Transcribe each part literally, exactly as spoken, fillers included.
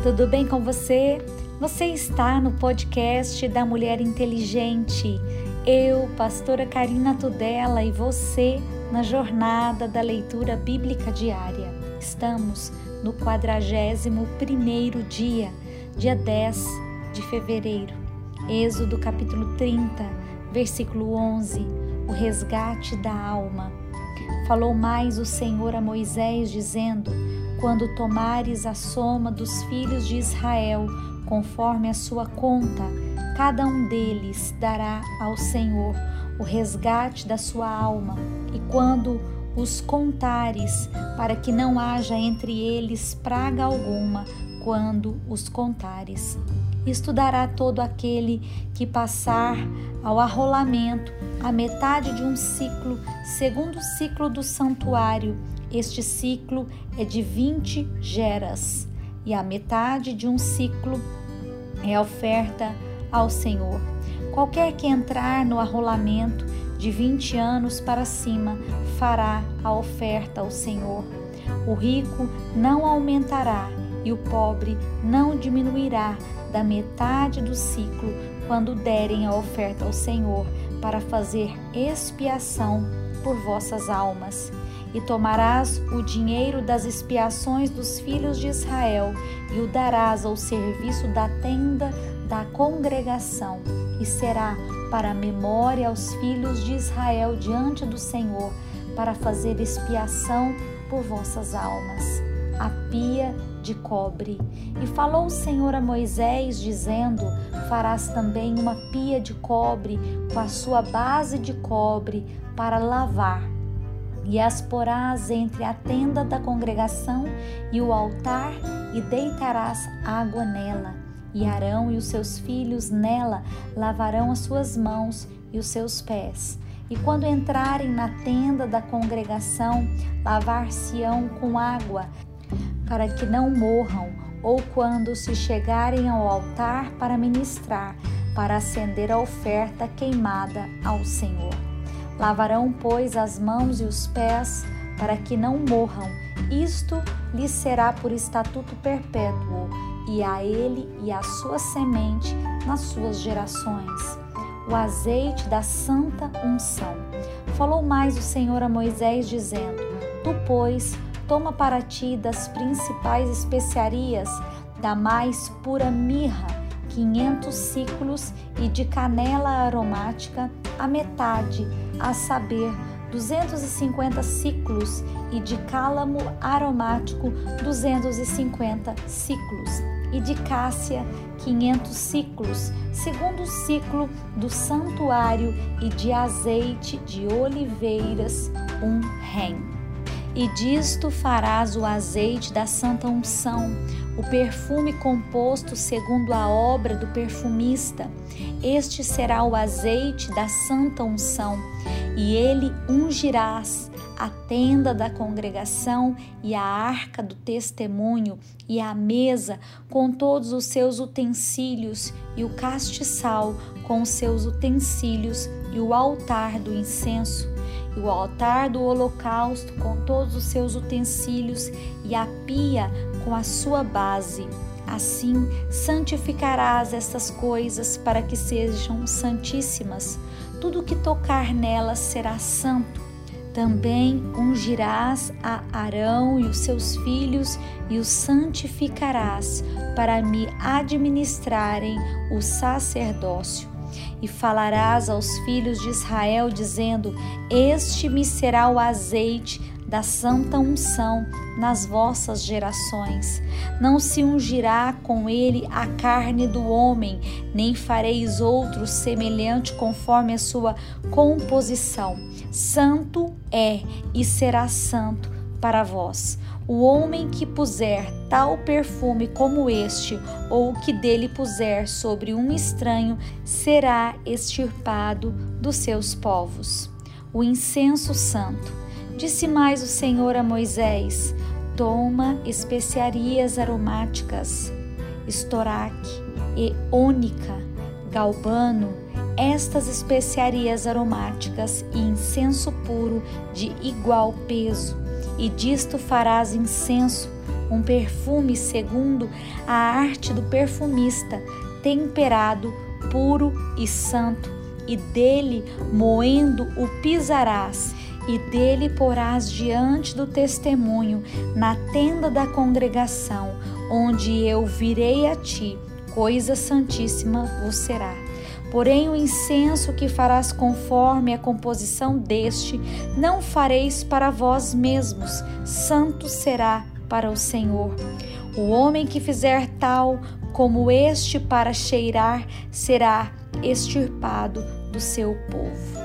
tudo bem com você? Você está no podcast da Mulher Inteligente. Eu, pastora Karina Tudela, e você na jornada da leitura bíblica diária. Estamos no quadragésimo primeiro dia, dia dez de fevereiro. Êxodo capítulo trinta, versículo onze, o resgate da alma. Falou mais o Senhor a Moisés, dizendo: quando tomares a soma dos filhos de Israel, conforme a sua conta, cada um deles dará ao Senhor o resgate da sua alma. E quando os contares, para que não haja entre eles praga alguma, quando os contares. Isto dará todo aquele que passar ao arrolamento a metade de um ciclo, segundo o ciclo do santuário. Este ciclo é de vinte geras, e a metade de um ciclo é oferta ao Senhor. Qualquer que entrar no arrolamento de vinte anos para cima fará a oferta ao Senhor. O rico não aumentará e o pobre não diminuirá da metade do ciclo quando derem a oferta ao Senhor, para fazer expiação por vossas almas. E tomarás o dinheiro das expiações dos filhos de Israel e o darás ao serviço da tenda da congregação, e será para memória aos filhos de Israel diante do Senhor, para fazer expiação por vossas almas. A pia de cobre. E falou o Senhor a Moisés, dizendo: farás também uma pia de cobre com a sua base de cobre para lavar, e as porás entre a tenda da congregação e o altar, e deitarás água nela. E Arão e os seus filhos nela lavarão as suas mãos e os seus pés. E quando entrarem na tenda da congregação, lavar-se-ão com água, para que não morram, ou quando se chegarem ao altar para ministrar, para acender a oferta queimada ao Senhor. Lavarão, pois, as mãos e os pés, para que não morram. Isto lhes será por estatuto perpétuo, e a ele e à sua semente nas suas gerações. O azeite da santa unção. Falou mais o Senhor a Moisés, dizendo: tu, pois, toma para ti das principais especiarias, da mais pura mirra, quinhentos ciclos, e de canela aromática, a metade, a saber, duzentos e cinquenta ciclos, e de cálamo aromático, duzentos e cinquenta ciclos, e de cássia, quinhentos ciclos, segundo o ciclo do santuário, e de azeite de oliveiras, um rém. E disto farás o azeite da santa unção, o perfume composto segundo a obra do perfumista. Este será o azeite da santa unção, e ele ungirás a tenda da congregação e a arca do testemunho e a mesa com todos os seus utensílios, e o castiçal com os seus utensílios, e o altar do incenso, e o altar do holocausto com todos os seus utensílios, e a pia com a sua base. Assim santificarás estas coisas para que sejam santíssimas. Tudo que tocar nelas será santo. Também ungirás a Arão e os seus filhos e os santificarás para me administrarem o sacerdócio. E falarás aos filhos de Israel, dizendo: este me será o azeite da santa unção nas vossas gerações. Não se ungirá com ele a carne do homem, nem fareis outro semelhante conforme a sua composição. Santo é e será santo para vós. O homem que puser tal perfume como este, ou que dele puser sobre um estranho, será extirpado dos seus povos. O incenso santo. Disse mais o Senhor a Moisés: toma especiarias aromáticas, estoraque e ônica, galbano, estas especiarias aromáticas e incenso puro de igual peso, e disto farás incenso um perfume segundo a arte do perfumista, temperado, puro e santo, e dele moendo o pisarás, e dele porás diante do testemunho, na tenda da congregação, onde eu virei a ti, coisa santíssima vos será. Porém o incenso que farás conforme a composição deste, não fareis para vós mesmos, santo será para o Senhor. O homem que fizer tal como este para cheirar, será extirpado do seu povo.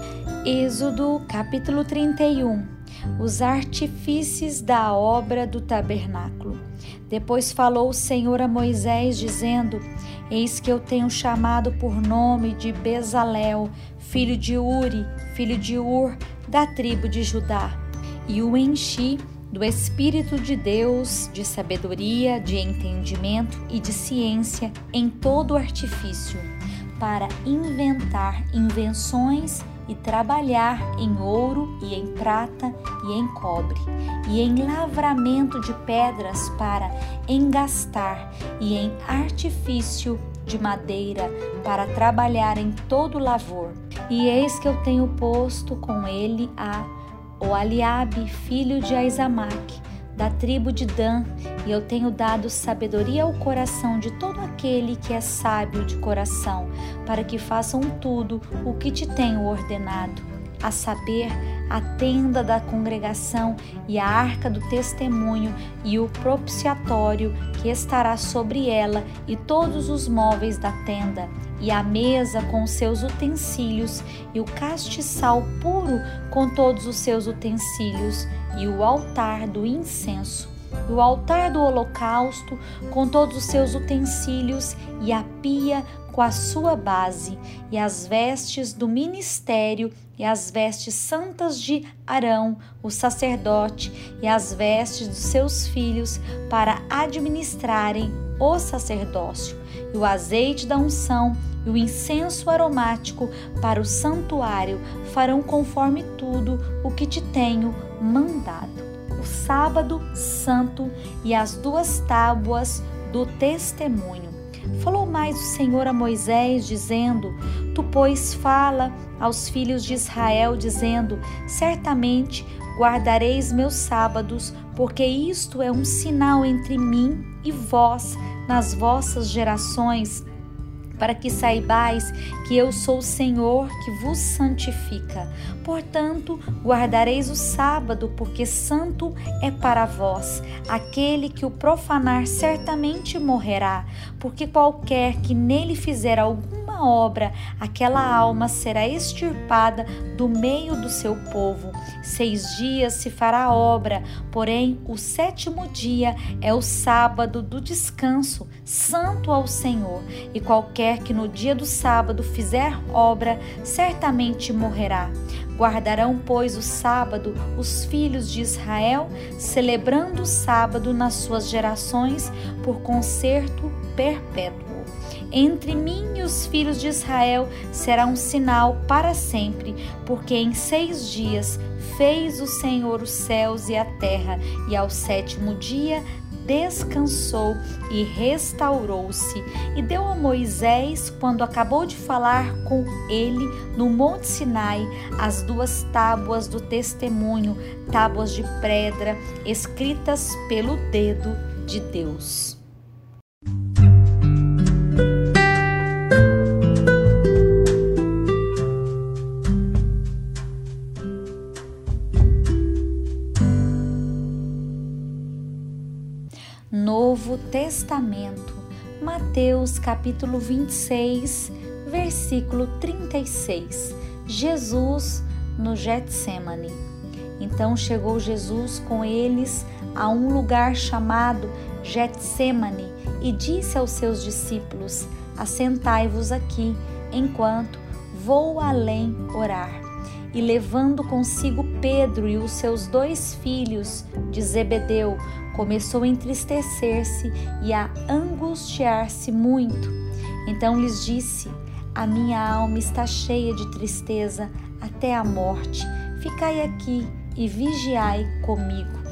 Êxodo capítulo trinta e um. Os artífices da obra do tabernáculo. Depois falou o Senhor a Moisés, dizendo: Eis que eu tenho chamado por nome de Bezalel, filho de Uri, filho de Ur, da tribo de Judá, e o enchi do Espírito de Deus, de sabedoria, de entendimento e de ciência em todo artifício, para inventar invenções e trabalhar em ouro e em prata e em cobre, e em lavramento de pedras para engastar, e em artifício de madeira para trabalhar em todo lavor. E eis que eu tenho posto com ele a Oholiabe, filho de Aizamaque, da tribo de Dan, e eu tenho dado sabedoria ao coração de todo aquele que é sábio de coração, para que façam tudo o que te tenho ordenado, a saber, a tenda da congregação e a arca do testemunho e o propiciatório que estará sobre ela e todos os móveis da tenda, e a mesa com os seus utensílios e o castiçal puro com todos os seus utensílios, e o altar do incenso, e o altar do holocausto com todos os seus utensílios, e a pia com a sua base, e as vestes do ministério, e as vestes santas de Arão, o sacerdote, e as vestes dos seus filhos, para administrarem o sacerdócio, e o azeite da unção, e o incenso aromático para o santuário, farão conforme tudo o que te tenho mandado. O sábado santo e as duas tábuas do testemunho. Falou mais o Senhor a Moisés, dizendo: Tu, pois, fala aos filhos de Israel, dizendo: Certamente guardareis meus sábados, porque isto é um sinal entre mim e vós nas vossas gerações, para que saibais que eu sou o Senhor que vos santifica. Portanto, guardareis o sábado, porque santo é para vós. Aquele que o profanar certamente morrerá, porque qualquer que nele fizer alguma obra, aquela alma será extirpada do meio do seu povo. Seis dias se fará a obra, porém o sétimo dia é o sábado do descanso, santo ao Senhor, e qualquer que no dia do sábado fizer obra, certamente morrerá. Guardarão, pois, o sábado os filhos de Israel, celebrando o sábado nas suas gerações por concerto perpétuo. Entre mim e os filhos de Israel será um sinal para sempre, porque em seis dias fez o Senhor os céus e a terra, e ao sétimo dia descansou e restaurou-se. E deu a Moisés, quando acabou de falar com ele no Monte Sinai, as duas tábuas do testemunho, tábuas de pedra, escritas pelo dedo de Deus. Novo Testamento, Mateus capítulo vinte e seis, versículo trinta e seis. Jesus no Getsêmani. Então chegou Jesus com eles a um lugar chamado Getsêmani e disse aos seus discípulos: Assentai-vos aqui, enquanto vou além orar. E levando consigo Pedro e os seus dois filhos de Zebedeu, começou a entristecer-se e a angustiar-se muito. Então lhes disse: A minha alma está cheia de tristeza até a morte. Ficai aqui e vigiai comigo.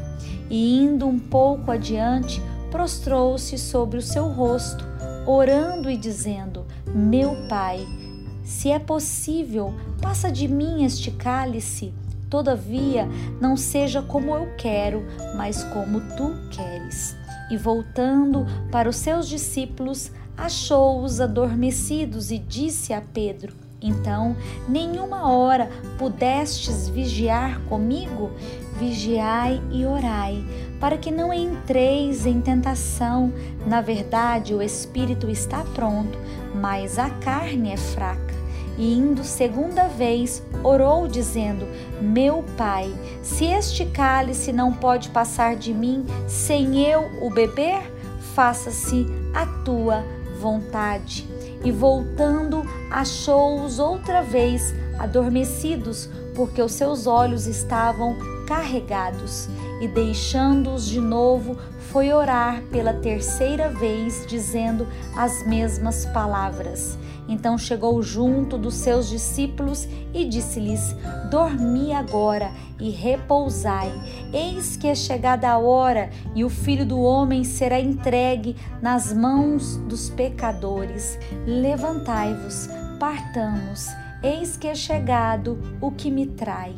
e indo um pouco adiante, prostrou-se sobre o seu rosto, orando e dizendo: Meu Pai, se é possível, passa de mim este cálice. Todavia, não seja como eu quero, mas como tu queres. E voltando para os seus discípulos, achou-os adormecidos e disse a Pedro: Então, nenhuma hora pudestes vigiar comigo? Vigiai e orai, para que não entreis em tentação. Na verdade, o espírito está pronto, mas a carne é fraca. E indo segunda vez, orou dizendo: Meu Pai, se este cálice não pode passar de mim sem eu o beber, faça-se a tua vontade. E voltando, achou-os outra vez adormecidos, porque os seus olhos estavam carregados. E deixando-os de novo, foi orar pela terceira vez, dizendo as mesmas palavras. Então chegou junto dos seus discípulos e disse-lhes: Dormi agora e repousai. Eis que é chegada a hora e o Filho do Homem será entregue nas mãos dos pecadores. Levantai-vos, partamos. Eis que é chegado o que me trai.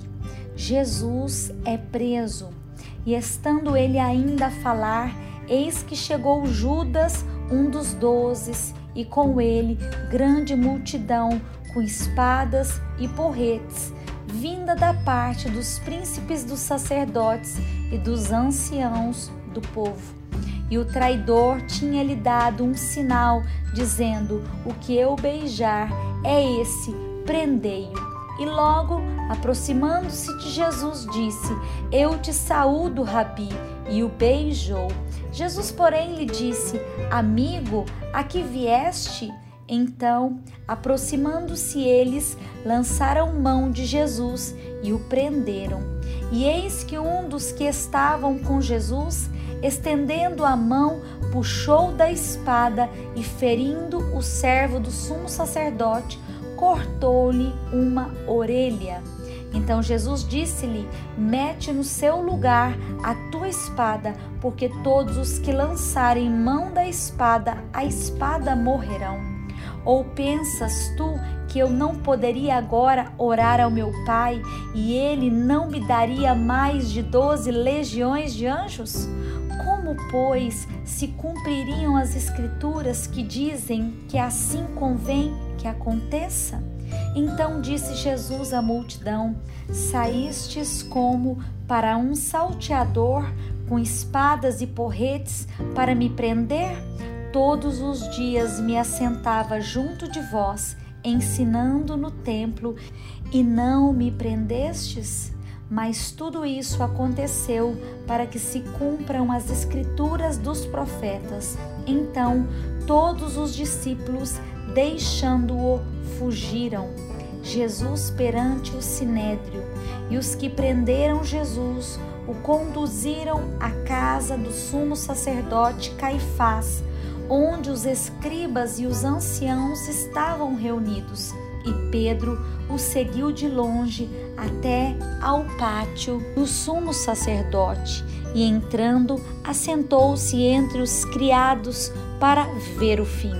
Jesus é preso. E estando ele ainda a falar, eis que chegou Judas, um dos dozes, e com ele grande multidão, com espadas e porretes, vinda da parte dos príncipes dos sacerdotes e dos anciãos do povo. E o traidor tinha-lhe dado um sinal, dizendo: O que eu beijar é esse, prendei-o. E logo, aproximando-se de Jesus, disse: Eu te saúdo, Rabi, e o beijou. Jesus, porém, lhe disse: Amigo, a que vieste? Então, aproximando-se eles, lançaram mão de Jesus e o prenderam. E eis que um dos que estavam com Jesus, estendendo a mão, puxou da espada e, ferindo o servo do sumo sacerdote, cortou-lhe uma orelha. Então Jesus disse-lhe: Mete no seu lugar a tua espada, porque todos os que lançarem mão da espada, a espada morrerão. Ou pensas tu que eu não poderia agora orar ao meu Pai, e ele não me daria mais de doze legiões de anjos? Como, pois, se cumpririam as escrituras que dizem que assim convém que aconteça? Então disse Jesus à multidão: Saístes como para um salteador, com espadas e porretes, para me prender? Todos os dias me assentava junto de vós, ensinando no templo, e não me prendestes? Mas tudo isso aconteceu para que se cumpram as escrituras dos profetas. Então todos os discípulos, deixando-o, fugiram. Jesus perante o sinédrio, e os que prenderam Jesus o conduziram à casa do sumo sacerdote Caifás, onde os escribas e os anciãos estavam reunidos. E Pedro o seguiu de longe até ao pátio do sumo sacerdote, e entrando, assentou-se entre os criados para ver o fim.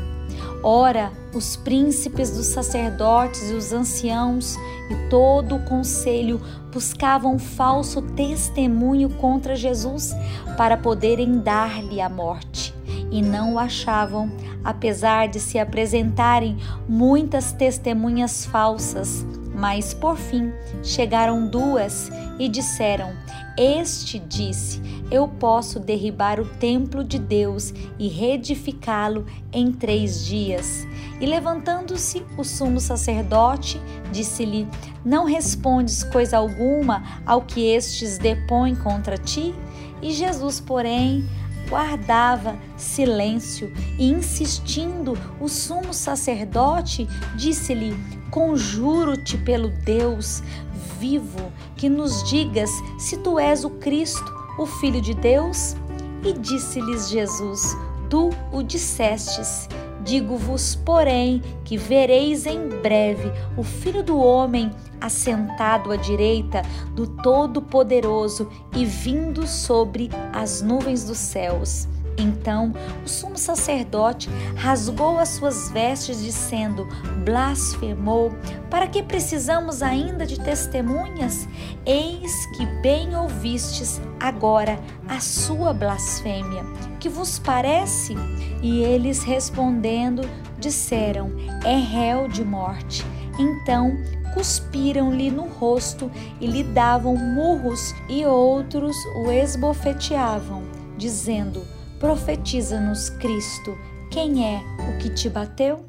Ora, os príncipes dos sacerdotes e os anciãos e todo o conselho buscavam falso testemunho contra Jesus para poderem dar-lhe a morte, e não o achavam, apesar de se apresentarem muitas testemunhas falsas. Mas, por fim, chegaram duas e disseram: Este disse: Eu posso derribar o templo de Deus e reedificá-lo em três dias. E levantando-se o sumo sacerdote, disse-lhe: Não respondes coisa alguma ao que estes depõem contra ti? E Jesus, porém, guardava silêncio, e insistindo o sumo sacerdote, disse-lhe: Conjuro-te pelo Deus vivo, que nos digas se tu és o Cristo, o Filho de Deus. E disse-lhes Jesus: Tu o dissestes. Digo-vos, porém, que vereis em breve o Filho do Homem assentado à direita do Todo-Poderoso e vindo sobre as nuvens dos céus. Então o sumo sacerdote rasgou as suas vestes, dizendo: blasfemou. Para que precisamos ainda de testemunhas? Eis que bem ouvistes agora a sua blasfêmia. Que vos parece? E eles respondendo disseram: é réu de morte. Então cuspiram-lhe no rosto e lhe davam murros, e outros o esbofeteavam, dizendo: profetiza-nos, Cristo, quem é o que te bateu?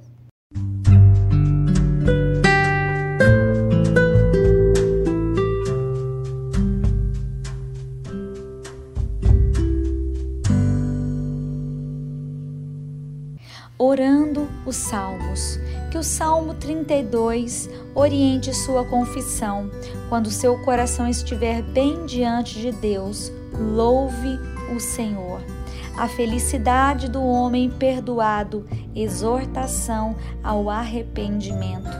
Orando os Salmos. Que o Salmo trinta e dois oriente sua confissão. Quando seu coração estiver bem diante de Deus, louve o Senhor. A felicidade do homem perdoado, exortação ao arrependimento.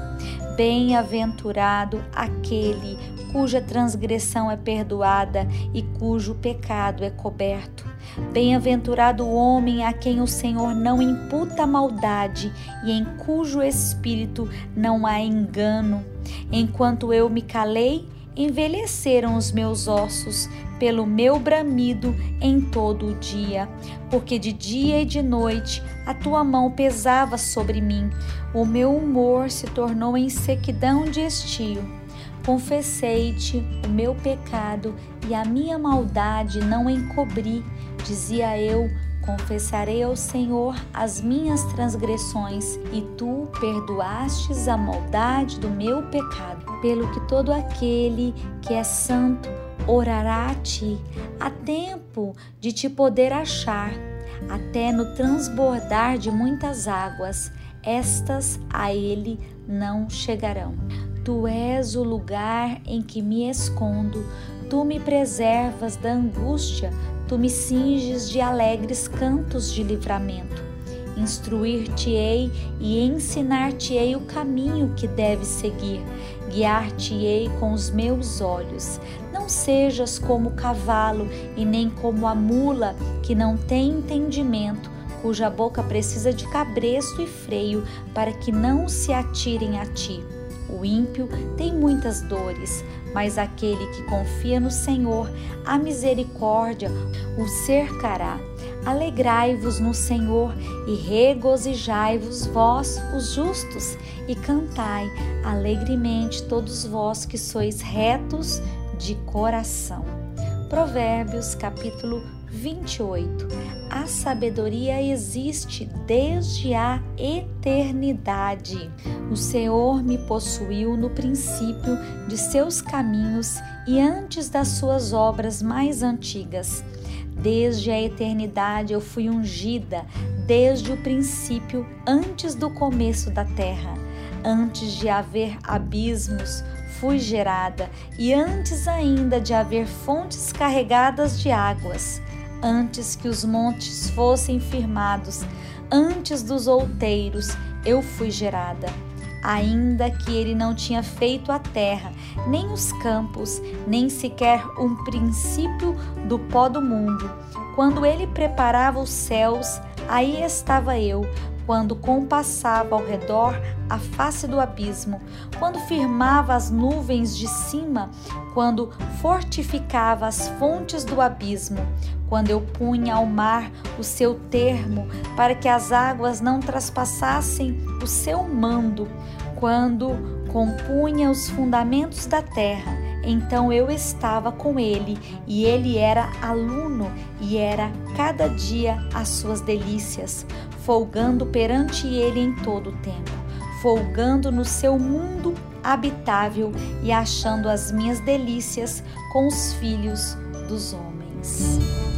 Bem-aventurado aquele cuja transgressão é perdoada e cujo pecado é coberto. Bem-aventurado o homem a quem o Senhor não imputa maldade e em cujo espírito não há engano. Enquanto eu me calei, envelheceram os meus ossos pelo meu bramido em todo o dia, porque de dia e de noite a tua mão pesava sobre mim, o meu humor se tornou em sequidão de estio. Confessei-te o meu pecado e a minha maldade não encobri, dizia eu. Confessarei ao Senhor as minhas transgressões, e tu perdoastes a maldade do meu pecado. Pelo que todo aquele que é santo orará a ti, há tempo de te poder achar, até no transbordar de muitas águas, estas a ele não chegarão. Tu és o lugar em que me escondo, tu me preservas da angústia, tu me cinges de alegres cantos de livramento. Instruir-te-ei e ensinar-te-ei o caminho que deves seguir, guiar-te-ei com os meus olhos. Não sejas como o cavalo e nem como a mula que não tem entendimento, cuja boca precisa de cabresto e freio para que não se atirem a ti. O ímpio tem muitas dores, mas aquele que confia no Senhor, a misericórdia o cercará. Alegrai-vos no Senhor e regozijai-vos vós, os justos, e cantai alegremente todos vós que sois retos de coração. Provérbios capítulo vinte e oito. A sabedoria existe desde a eternidade. O Senhor me possuiu no princípio de seus caminhos e antes das suas obras mais antigas. Desde a eternidade eu fui ungida, desde o princípio, antes do começo da terra. Antes de haver abismos, fui gerada, e antes ainda de haver fontes carregadas de águas. Antes que os montes fossem firmados, antes dos outeiros, eu fui gerada. Ainda que ele não tinha feito a terra, nem os campos, nem sequer um princípio do pó do mundo. Quando ele preparava os céus, aí estava eu. Quando compassava ao redor a face do abismo, quando firmava as nuvens de cima, quando fortificava as fontes do abismo, quando eu punha ao mar o seu termo para que as águas não traspassassem o seu mando, quando compunha os fundamentos da terra, então eu estava com ele, e ele era aluno, e era cada dia as suas delícias, folgando perante ele em todo o tempo, folgando no seu mundo habitável e achando as minhas delícias com os filhos dos homens.